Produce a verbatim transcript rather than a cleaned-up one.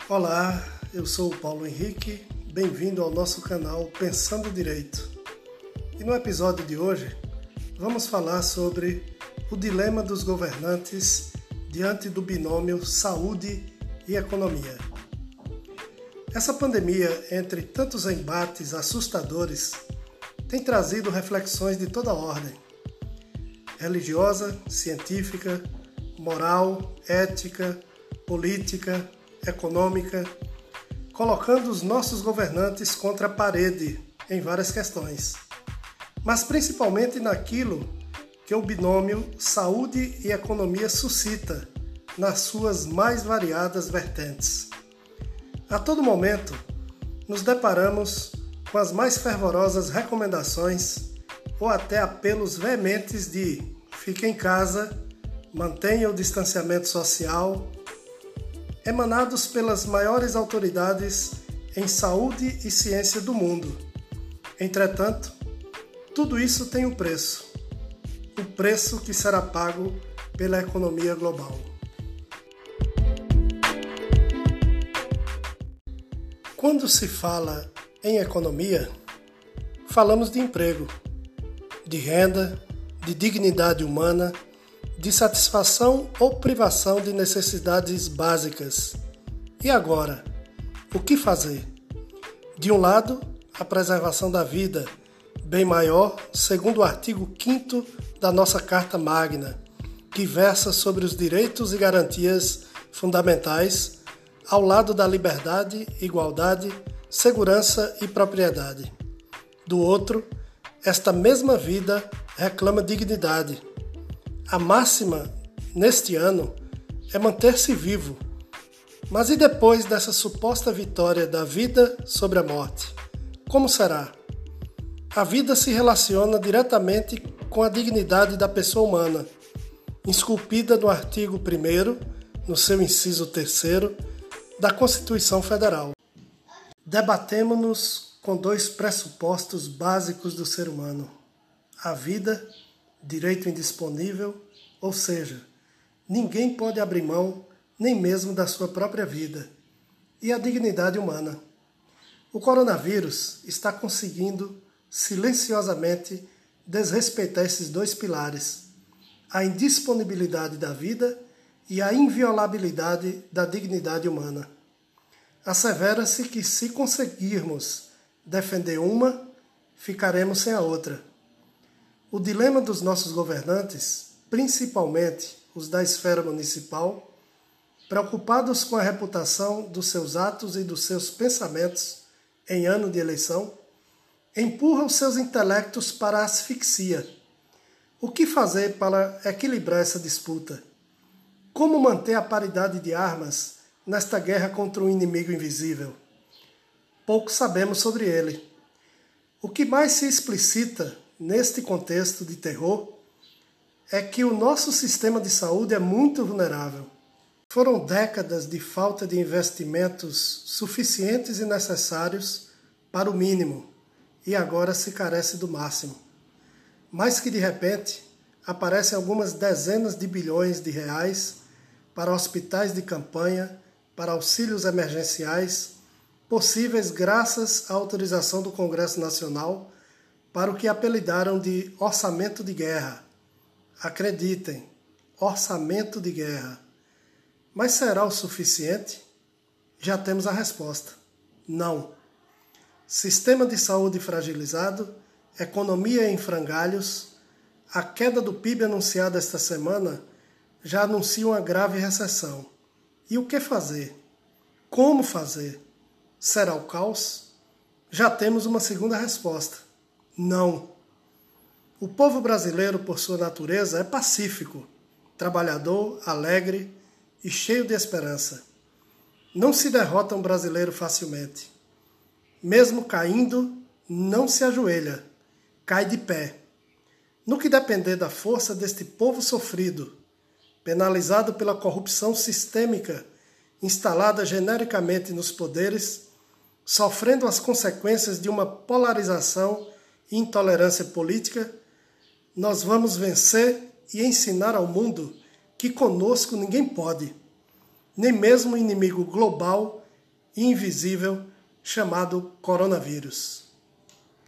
Olá, eu sou o Paulo Henrique, bem-vindo ao nosso canal Pensando Direito. E no episódio de hoje, vamos falar sobre o dilema dos governantes diante do binômio saúde e economia. Essa pandemia, entre tantos embates assustadores, tem trazido reflexões de toda ordem: religiosa, científica, moral, ética, política, econômica, colocando os nossos governantes contra a parede em várias questões, mas principalmente naquilo que o binômio saúde e economia suscita nas suas mais variadas vertentes. A todo momento, nos deparamos com as mais fervorosas recomendações ou até apelos veementes de fique em casa, mantenha o distanciamento social, emanados pelas maiores autoridades em saúde e ciência do mundo. Entretanto, tudo isso tem um preço, o preço que será pago pela economia global. Quando se fala em economia, falamos de emprego, de renda, de dignidade humana, de satisfação ou privação de necessidades básicas. E agora, o que fazer? De um lado, a preservação da vida, bem maior, segundo o artigo quinto da nossa Carta Magna, que versa sobre os direitos e garantias fundamentais, ao lado da liberdade, igualdade, segurança e propriedade. Do outro, esta mesma vida reclama dignidade. A máxima, neste ano, é manter-se vivo. Mas e depois dessa suposta vitória da vida sobre a morte? Como será? A vida se relaciona diretamente com a dignidade da pessoa humana, esculpida no artigo primeiro, no seu inciso terceiro, da Constituição Federal. Debatemo-nos com dois pressupostos básicos do ser humano: a vida, direito indisponível, ou seja, ninguém pode abrir mão nem mesmo da sua própria vida, e a dignidade humana. O coronavírus está conseguindo silenciosamente desrespeitar esses dois pilares, a indisponibilidade da vida e a inviolabilidade da dignidade humana. Assevera-se que, se conseguirmos defender uma, ficaremos sem a outra. O dilema dos nossos governantes, principalmente os da esfera municipal, preocupados com a reputação dos seus atos e dos seus pensamentos em ano de eleição, empurram seus intelectos para a asfixia. O que fazer para equilibrar essa disputa? Como manter a paridade de armas nesta guerra contra um inimigo invisível? Pouco sabemos sobre ele. O que mais se explicita neste contexto de terror é que o nosso sistema de saúde é muito vulnerável. Foram décadas de falta de investimentos suficientes e necessários para o mínimo, e agora se carece do máximo. Mas que de repente aparecem algumas dezenas de bilhões de reais para hospitais de campanha, para auxílios emergenciais, possíveis graças à autorização do Congresso Nacional para o que apelidaram de orçamento de guerra. Acreditem, orçamento de guerra. Mas será o suficiente? Já temos a resposta: não. Sistema de saúde fragilizado, economia em frangalhos, a queda do P I B anunciada esta semana já anuncia uma grave recessão. E o que fazer? Como fazer? Será o caos? Já temos uma segunda resposta: não. O povo brasileiro, por sua natureza, é pacífico, trabalhador, alegre e cheio de esperança. Não se derrota um brasileiro facilmente. Mesmo caindo, não se ajoelha, cai de pé. No que depender da força deste povo sofrido, penalizado pela corrupção sistêmica instalada genericamente nos poderes, sofrendo as consequências de uma polarização e intolerância política, nós vamos vencer e ensinar ao mundo que conosco ninguém pode, nem mesmo o inimigo global invisível chamado coronavírus.